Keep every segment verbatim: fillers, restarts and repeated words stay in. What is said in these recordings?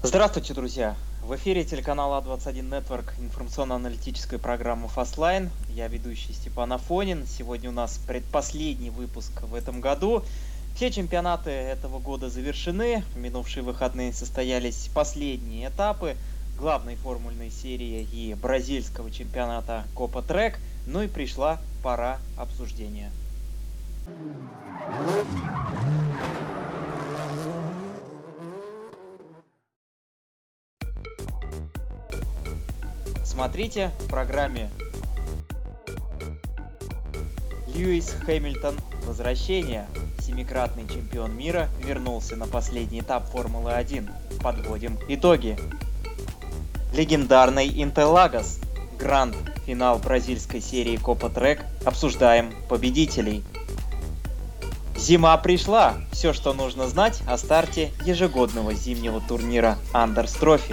Здравствуйте, друзья! В эфире телеканала а двадцать один Network, информационно-аналитическая программа Fastlane. Я ведущий Степан Афонин. Сегодня у нас предпоследний выпуск в этом году. Все чемпионаты этого года завершены. В минувшие выходные состоялись последние этапы главной формульной серии и бразильского чемпионата Copa Trek. Ну и пришла пора обсуждения. Смотрите в программе Льюис Хэмилтон. Возвращение. Семикратный чемпион мира вернулся на последний этап Формулы один. Подводим итоги. Легендарный Интерлагос. Гранд-финал бразильской серии Copa Trek. Обсуждаем победителей. Зима пришла. Все, что нужно знать о старте ежегодного зимнего турнира Андерс Трофи.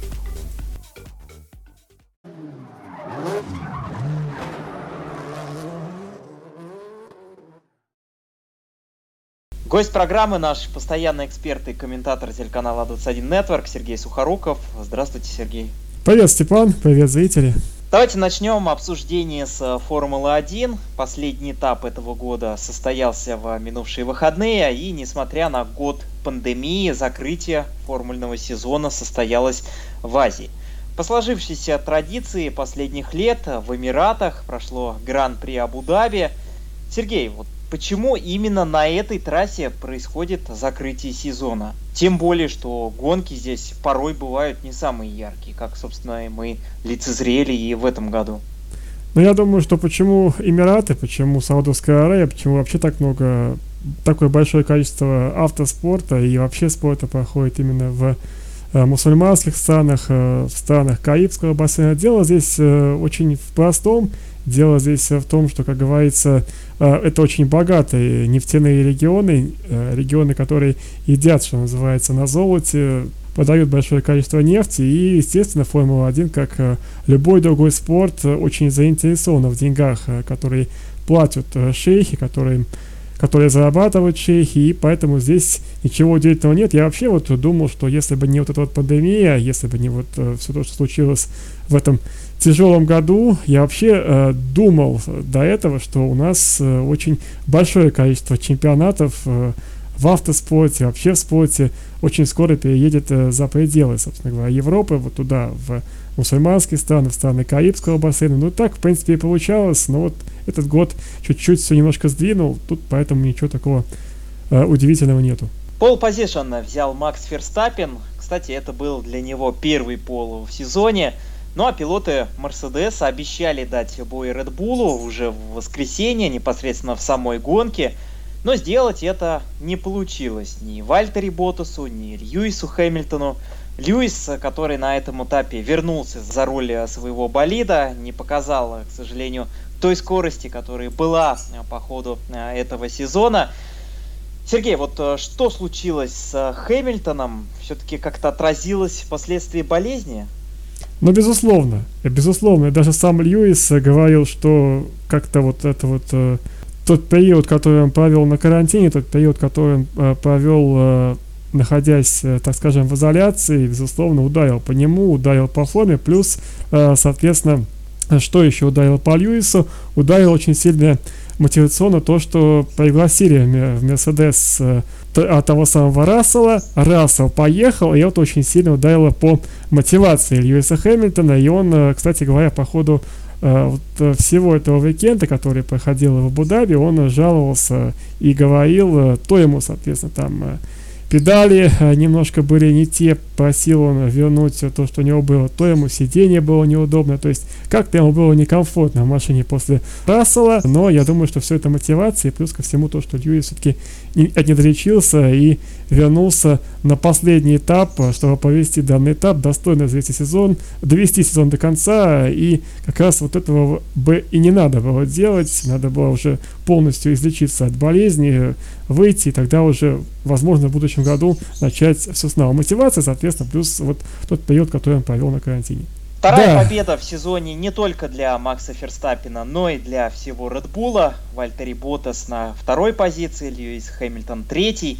Гость программы наш постоянный эксперт и комментатор телеканала а двадцать один Network Сергей Сухоруков. Здравствуйте, Сергей. Привет, Степан. Привет, зрители. Давайте начнем обсуждение с Формулы один. Последний этап этого года состоялся в минувшие выходные, и несмотря на год пандемии, закрытие формульного сезона состоялось в Азии. По сложившейся традиции последних лет в Эмиратах прошло Гран-при Абу-Даби. Сергей, вот почему именно на этой трассе происходит закрытие сезона? Тем более, что гонки здесь порой бывают не самые яркие, как, собственно, и мы лицезрели и в этом году. Ну, я думаю, что почему Эмираты, почему Саудовская Аравия, почему вообще так много, такое большое количество автоспорта и вообще спорта проходит именно в э, мусульманских странах, э, в странах Карибского бассейна. Дело здесь э, очень в простом. Дело здесь в том, что, как говорится, это очень богатые нефтяные регионы, регионы, которые едят, что называется, на золоте, подают большое количество нефти, и, естественно, Формула один, как любой другой спорт, очень заинтересована в деньгах, которые платят шейхи, которые, которые зарабатывают шейхи, и поэтому здесь ничего удивительного нет. Я вообще вот думал, что если бы не вот эта вот пандемия, если бы не вот все то, что случилось в этом тяжелом году, я вообще э, думал до этого, что у нас э, очень большое количество чемпионатов э, в автоспорте, вообще в спорте очень скоро переедет э, за пределы, собственно говоря, Европы, вот туда, в мусульманские страны, в страны Карибского бассейна. Ну, так, в принципе, и получалось, но вот этот год чуть-чуть все немножко сдвинул, тут поэтому ничего такого э, удивительного нету. Пол-позишн взял Макс Ферстаппен. Кстати, это был для него первый пол в сезоне. Ну а пилоты Мерседеса обещали дать бой Ред Буллу уже в воскресенье, непосредственно в самой гонке. Но сделать это не получилось ни Вальтери Боттасу, ни Льюису Хэмилтону. Льюис, который на этом этапе вернулся за руль своего болида, не показал, к сожалению, той скорости, которая была по ходу этого сезона. Сергей, вот что случилось с Хэмилтоном? Все-таки как-то отразилось впоследствии болезни? Ну, безусловно, безусловно, даже сам Льюис говорил, что как-то вот это вот э, тот период, который он провел на карантине, тот период, который он э, провел, э, находясь, э, так скажем, в изоляции, безусловно, ударил по нему, ударил по форме, плюс, э, соответственно, что еще ударил по Льюису, ударил очень сильно мотивационно то, что пригласили в Мерседес э, того самого Рассела, Рассел поехал, и это очень сильно ударило по мотивации Льюиса Хэмилтона, и он, кстати говоря, по ходу э, вот, всего этого уикенда, который проходил в Абу-Даби, он жаловался и говорил, то ему, соответственно, там педали немножко были не те, просил он вернуть то, что у него было, то ему сиденье было неудобно, то есть как-то ему было некомфортно в машине после Рассела, но я думаю, что все это мотивация, и плюс ко всему то, что Льюис все-таки не недолечился и вернулся на последний этап, чтобы повести данный этап, достойно завести сезон, довести сезон до конца, и как раз вот этого бы и не надо было делать, надо было уже полностью излечиться от болезни, выйти, и тогда уже, возможно, в будущем году начать все снова. Мотивация, соответственно, плюс вот тот период, который он провел на карантине. Вторая да. победа в сезоне не только для Макса Ферстаппена, но и для всего Ред Булла. Вальтери Боттас на второй позиции, Льюис Хэмилтон третий.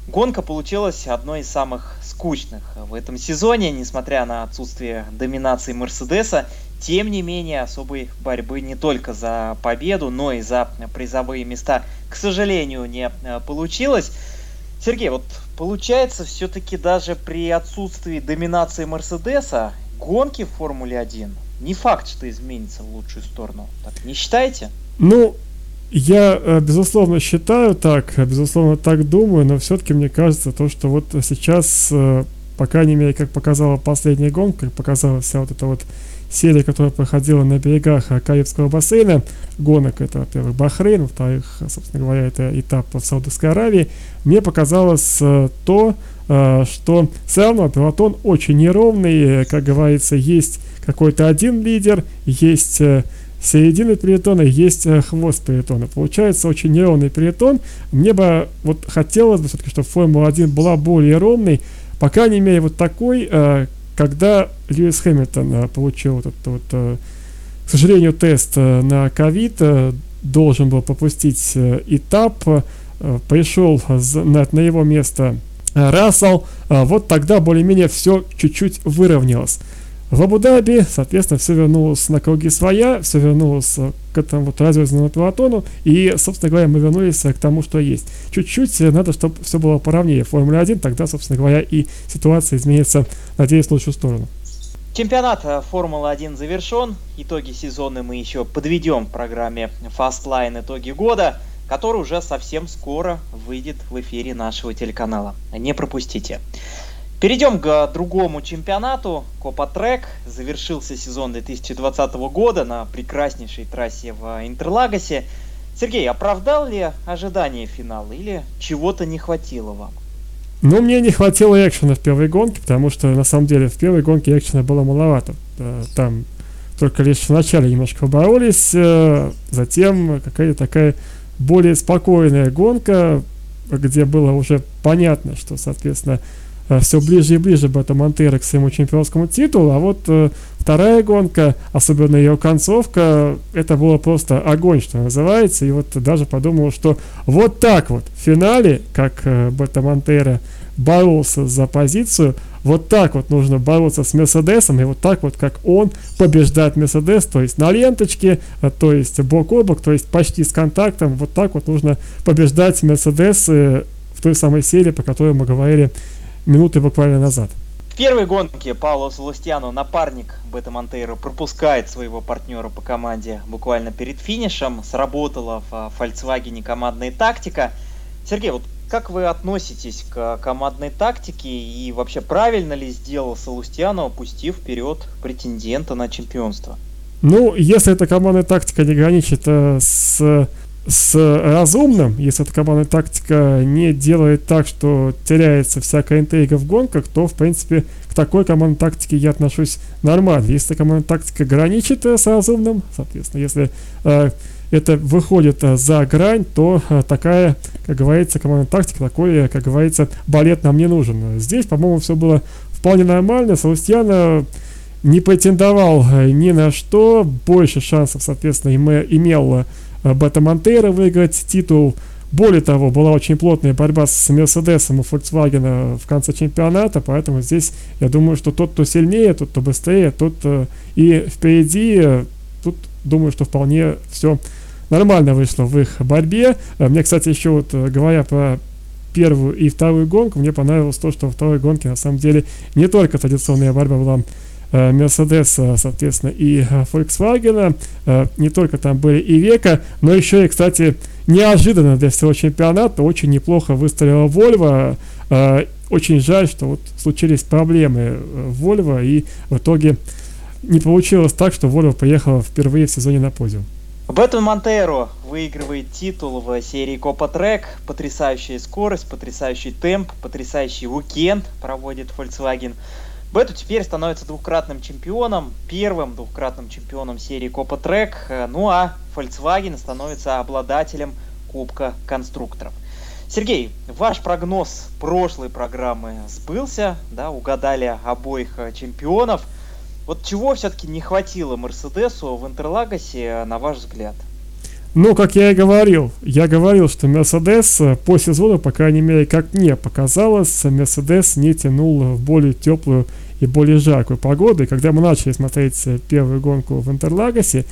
Гонка получилась одной из самых скучных в этом сезоне, несмотря на отсутствие доминации Мерседеса. Тем не менее, особой борьбы не только за победу, но и за призовые места, к сожалению, не получилось. Сергей, вот получается, все-таки даже при отсутствии доминации Мерседеса гонки в Формуле один не факт, что изменится в лучшую сторону. Так не считаете? Ну, я, безусловно, считаю так, безусловно, так думаю, но все-таки мне кажется, то, что вот сейчас, по крайней мере, как показала последняя гонка, как показала вся вот эта вот серия, которая проходила на берегах Карибского бассейна гонок, это, во-первых, Бахрейн, во-вторых, собственно говоря, это этап в Саудовской Аравии, мне показалось то, что все равно пелотон очень неровный, как говорится, есть какой-то один лидер, есть середина пелотона, есть хвост пелотона. Получается очень неровный пелотон. Мне бы вот хотелось бы все-таки, чтобы Формула один была более ровной, по крайней мере вот такой, когда Льюис Хэмилтон получил вот этот вот, к сожалению, тест на ковид, должен был пропустить этап, пришел на, на его место Рассел, вот тогда более-менее все чуть-чуть выровнялось. В Абу-Даби, соответственно, все вернулось на круги своя, все вернулось к этому вот разверзному пелотону, и, собственно говоря, мы вернулись к тому, что есть. Чуть-чуть надо, чтобы все было поровнее в Формуле один, тогда, собственно говоря, и ситуация изменится, надеюсь, в лучшую сторону. Чемпионат Формулы один завершен. Итоги сезона мы еще подведем в программе Fastlane «Итоги года», который уже совсем скоро выйдет в эфире нашего телеканала. Не пропустите. Перейдем к другому чемпионату. Копа Трек. Завершился сезон две тысячи двадцатого года на прекраснейшей трассе в Интерлагосе. Сергей, оправдал ли ожидания финала или чего-то не хватило вам? Ну, мне не хватило экшена в первой гонке, потому что, на самом деле, в первой гонке экшена было маловато. Там только лишь в начале немножко поборолись, затем какая-то такая более спокойная гонка, где было уже понятно, что, соответственно, все ближе и ближе Бета Монтейро к своему чемпионскому титулу, а вот э, вторая гонка, особенно ее концовка, это было просто огонь, что называется, и вот даже подумал, что вот так вот в финале, как э, Бета Монтейро боролся за позицию, вот так вот нужно бороться с Мерседесом, и вот так вот, как он побеждает Мерседес, то есть на ленточке, то есть бок о бок, то есть почти с контактом, вот так вот нужно побеждать Мерседес э, в той самой серии, по которой мы говорили минуты буквально назад. В первой гонке Пауло Салустьяно, напарник Бета Монтейро, пропускает своего партнера по команде буквально перед финишем. Сработала в Volkswagen командная тактика. Сергей, вот как вы относитесь к командной тактике и вообще правильно ли сделал Салустьяно, пустив вперед претендента на чемпионство? Ну, если эта командная тактика не граничит э, с с разумным, если эта командная тактика не делает так, что теряется всякая интрига в гонках, то, в принципе, к такой командной тактике я отношусь нормально. Если командная тактика граничит с разумным, соответственно, если э, это выходит э, за грань, то э, такая, как говорится, командная тактика, такой, как говорится, балет нам не нужен. Здесь, по-моему, все было вполне нормально. Салустьяно не претендовал ни на что, больше шансов, соответственно, имел Бета Монтейро выиграть титул. Более того, была очень плотная борьба с Мерседесом и Volkswagen в конце чемпионата, поэтому здесь я думаю, что тот, кто сильнее, тот, кто быстрее, тот э, и впереди. Тут думаю, что вполне все нормально вышло в их борьбе. Мне, кстати, еще вот говоря про первую и вторую гонку, мне понравилось то, что во второй гонке на самом деле не только традиционная борьба была Мерседеса, соответственно, и Volkswagen, не только там были и Века, но еще и, кстати, неожиданно для всего чемпионата очень неплохо выстрелила Volvo. Очень жаль, что вот случились проблемы в Volvo, и в итоге не получилось так, что Volvo поехала впервые в сезоне на подиум. Бета Монтейро выигрывает титул в серии Копа Трек. Потрясающая скорость, потрясающий темп, потрясающий уикенд проводит Volkswagen. Бету теперь становится двукратным чемпионом, первым двукратным чемпионом серии Копа Трек, ну а Volkswagen становится обладателем Кубка конструкторов. Сергей, ваш прогноз прошлой программы сбылся, да, угадали обоих чемпионов. Вот чего все-таки не хватило Мерседесу в Интерлагосе, на ваш взгляд? Но, как я и говорил, я говорил, что Мерседес по сезону, по крайней мере, как мне показалось, Мерседес не тянул в более теплую и более жаркую погоду. И когда мы начали смотреть первую гонку в Интерлагосе,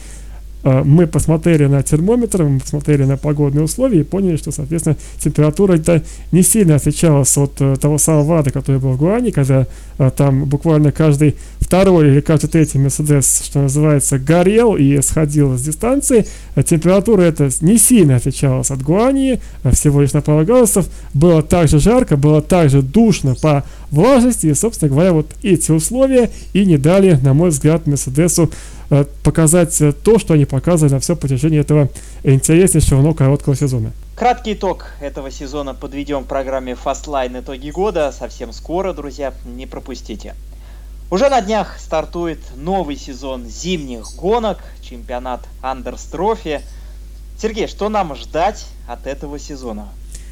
мы посмотрели на термометр, мы посмотрели на погодные условия и поняли, что, соответственно, температура не сильно отличалась от того самого ада, который был в Гуане, когда там буквально каждый второй или каждый третий Мерседес, что называется, горел и сходил с дистанции. Температура эта не сильно отличалась от Гуани, всего лишь на пару градусов. Было так же жарко, было так же душно по влажности, и, собственно говоря, вот эти условия и не дали, на мой взгляд, Мерседесу показать то, что они показывали на все протяжении этого интереснейшего, но короткого сезона. Краткий итог этого сезона подведем в программе Fastlane «Итоги года». Совсем скоро, друзья, не пропустите. Уже на днях стартует новый сезон зимних гонок, чемпионат Андерс Трофи. Сергей, что нам ждать от этого сезона?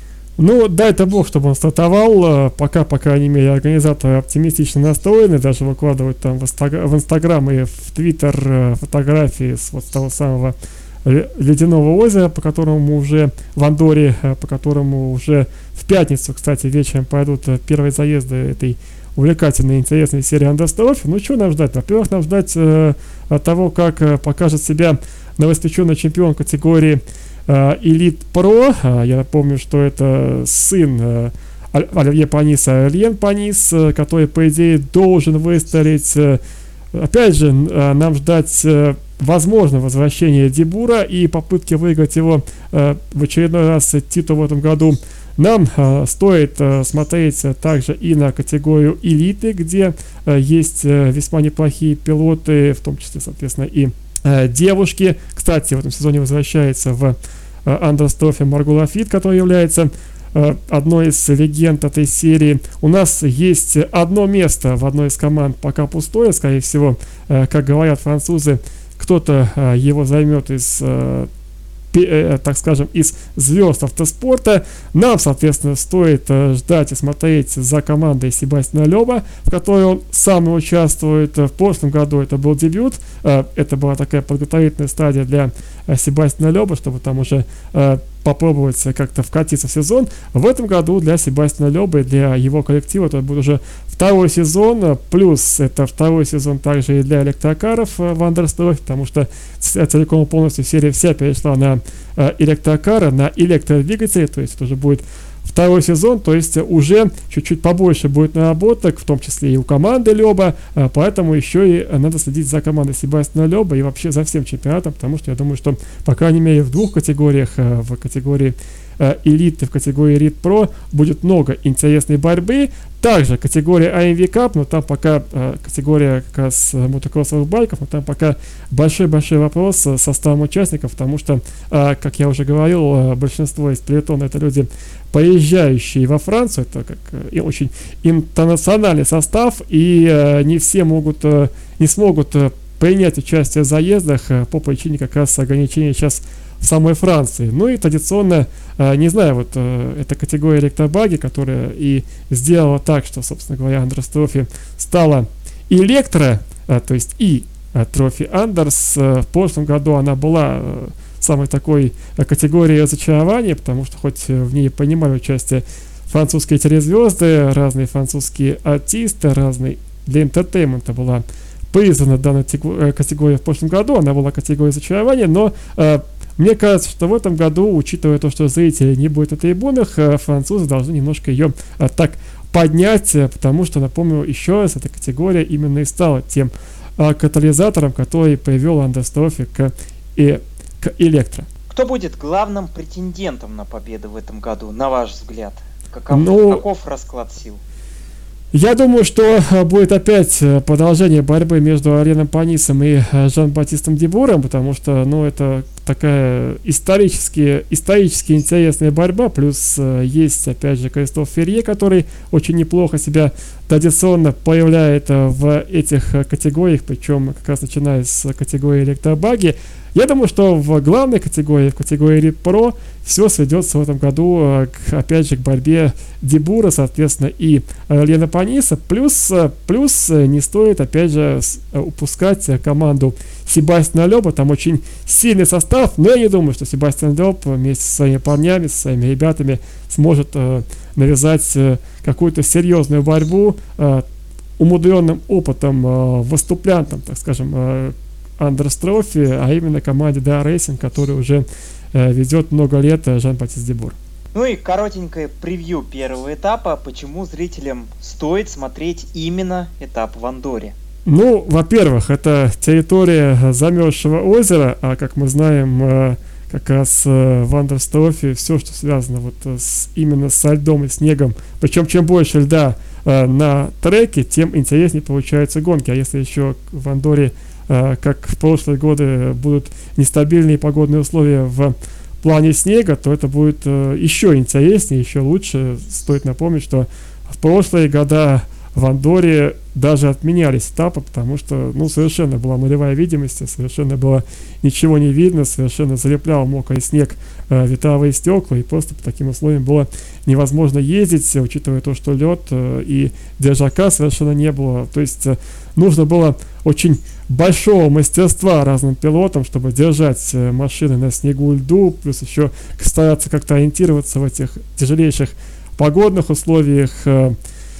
Ну, дай-то бог, чтобы он стартовал. Пока, по крайней мере, организаторы оптимистично настроены, даже выкладывают там в Инстаграм и в Твиттер фотографии с вот того самого ледяного озера, по которому мы уже в Андоре, по которому уже в пятницу, кстати, вечером пойдут первые заезды этой увлекательной, интересной серии Андерс Трофи. Ну, что нам ждать? Во-первых, нам ждать э, того, как э, покажет себя новоиспеченный чемпион категории Elite Pro. Я напомню, что это сын Оливье Паниса, Альен Панис, который, по идее, должен выстрелить. Опять же, нам ждать, возможно, возвращения Дебура и попытки выиграть его в очередной раз титул в этом году. Нам стоит смотреть также и на категорию элиты, где есть весьма неплохие пилоты, в том числе, соответственно, и девушки. Кстати, в этом сезоне возвращается в Андерс Трофи Марго Лафит, которая является одной из легенд этой серии. У нас есть одно место в одной из команд пока пустое, скорее всего, как говорят французы, кто-то его займет из, так скажем, из звезд автоспорта. Нам, соответственно, стоит ждать и смотреть за командой Себастьяна Лоба, в которой он сам участвует. В прошлом году это был дебют, это была такая подготовительная стадия для Себастьяна Лоба, чтобы там уже попробовать как-то вкатиться в сезон. В этом году для Себастьяна Лоба и для его коллектива это будет уже второй сезон, плюс это второй сезон также и для электрокаров в Андерс Трофи, потому что целиком и полностью серия вся перешла на электрокары, на электродвигатели, то есть это уже будет второй сезон, то есть уже чуть-чуть побольше будет наработок, в том числе и у команды Лоба, поэтому еще и надо следить за командой Себастьяна Лоба и вообще за всем чемпионатом, потому что я думаю, что, по крайней мере, в двух категориях, в категории элиты, в категории Elite Pro будет много интересной борьбы. Также категория эй эм ви Cup, но там пока э, категория как раз мотокроссовых байков, но там пока большой-большой вопрос с составом участников, потому что, э, как я уже говорил, э, большинство из пелотона это люди, поезжающие во Францию, это как э, очень интернациональный состав, и э, не все могут, э, не смогут э, принять участие в заездах э, по причине как раз ограничений сейчас в самой Франции. Ну и традиционно, э, не знаю, вот э, эта категория электробаги, которая и сделала так, что, собственно говоря, Андерс Трофи стала электро, э, то есть и э, Трофи Андерс. Э, в прошлом году она была э, самой такой э, категорией разочарования, потому что хоть э, в ней принимали участие французские телезвезды, разные французские артисты, разные для интертеймента была признана данная категория в прошлом году, она была категорией разочарования, но э, мне кажется, что в этом году, учитывая то, что зрителей не будет на трибунах, французы должны немножко ее а, так поднять, потому что, напомню еще раз, эта категория именно и стала тем а, катализатором, который привел Андерс Трофи к, и, к электро. Кто будет главным претендентом на победу в этом году, на ваш взгляд? Каков, ну, каков расклад сил? Я думаю, что будет опять продолжение борьбы между Альеном Панисом и Жан-Батистом Дебуром, потому что, ну, это такая исторически, исторически интересная борьба, плюс есть, опять же, Кристоф Ферье, который очень неплохо себя традиционно появляет в этих категориях, причем как раз начиная с категории электробаги. Я думаю, что в главной категории, в категории Elite Pro, все сведется в этом году, к, опять же, к борьбе Дебура, соответственно, и Лена Паниса. Плюс, плюс не стоит, опять же, упускать команду Себастьяна Лёба. Там очень сильный состав, но я не думаю, что Себастьян Лёб вместе со своими парнями, со своими ребятами сможет э, навязать э, какую-то серьезную борьбу э, умудренным опытом э, выступлянтам, так скажем, э, Андерс Трофи, а именно команде ди эй Racing, которая уже э, ведет много лет э, Жан-Батист Дебур. Ну и коротенькое превью первого этапа, почему зрителям стоит смотреть именно этап в Андорре. Ну, во-первых, это территория замерзшего озера, а как мы знаем, как раз в Андерс Трофи все, что связано вот с, именно со льдом и снегом, причем чем больше льда на треке, тем интереснее получаются гонки. А если еще в Андорре, как в прошлые годы, будут нестабильные погодные условия в В плане снега, то это будет э, еще интереснее, еще лучше. Стоит напомнить, что в прошлые года в Андорре даже отменялись этапы, потому что ну, совершенно была нулевая видимость, совершенно было ничего не видно, совершенно залеплял мокрый снег э, ветровые стекла, и просто по таким условиям было невозможно ездить, учитывая то, что лед э, и держака совершенно не было. То есть э, нужно было очень большого мастерства разным пилотам, чтобы держать э, машины на снегу и льду, плюс еще стараться как-то ориентироваться в этих тяжелейших погодных условиях. Э,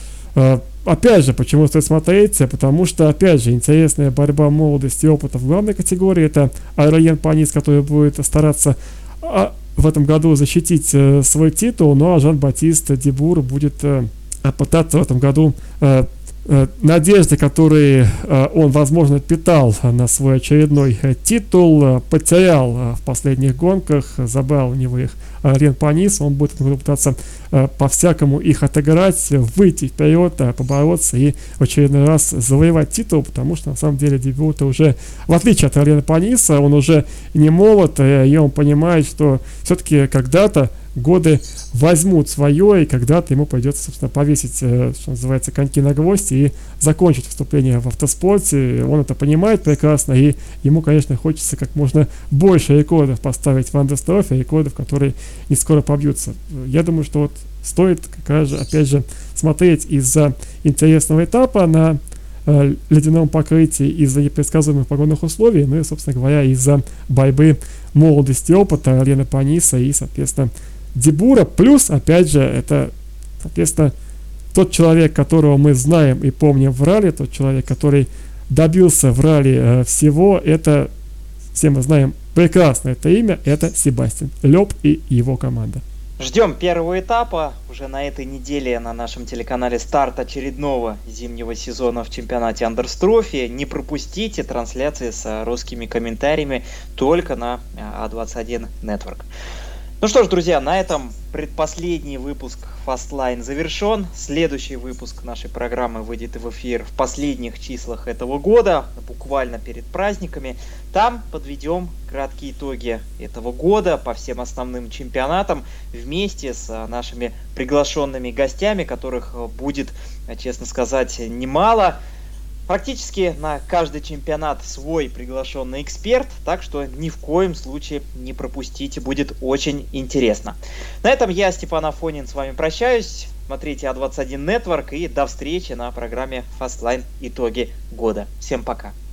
э, Опять же, почему стоит смотреть? Потому что, опять же, интересная борьба молодости и опыта в главной категории. Это Аурельен Панис, который будет стараться а, в этом году защитить э, свой титул, ну а Жан-Батист Дебур будет э, пытаться в этом году э, э, надежды, которые э, он, возможно, питал на свой очередной э, титул, э, потерял э, в последних гонках, забрал у него их Рен Панис, он будет пытаться э, по-всякому их отыграть, выйти вперед, э, побороться и в очередной раз завоевать титул, потому что на самом деле Дебур-то уже, в отличие от Рена Паниса, он уже не молод, э, и он понимает, что все-таки когда-то годы возьмут свое, и когда-то ему придется, собственно, повесить, э, что называется, коньки на гвоздь и закончить выступление в автоспорте. Он это понимает прекрасно, и ему, конечно, хочется как можно больше рекордов поставить в Андерс Трофи, рекордов, которые не скоро побьются. Я думаю, что вот стоит как раз же, опять же, смотреть из-за интересного этапа на э, ледяном покрытии, из-за непредсказуемых погодных условий, ну и, собственно говоря, из-за борьбы молодости и опыта Рена Паниса и, соответственно, Дебура. Плюс, опять же, это, соответственно, тот человек, которого мы знаем и помним в ралли, тот человек, который добился в ралли э, всего, это, все мы знаем прекрасно это имя, это Себастьян Лёб и его команда. Ждем первого этапа. Уже на этой неделе на нашем телеканале старт очередного зимнего сезона в чемпионате Андерс Трофи. Не пропустите трансляции с русскими комментариями только на а двадцать один Network. Ну что ж, друзья, на этом предпоследний выпуск Fastlane завершен. Следующий выпуск нашей программы выйдет в эфир в последних числах этого года, буквально перед праздниками. Там подведем краткие итоги этого года по всем основным чемпионатам вместе с нашими приглашенными гостями, которых будет, честно сказать, немало. Практически на каждый чемпионат свой приглашенный эксперт, так что ни в коем случае не пропустите, будет очень интересно. На этом я, Степан Афонин, с вами прощаюсь. Смотрите а двадцать один Network и до встречи на программе Fastlane итоги года. Всем пока.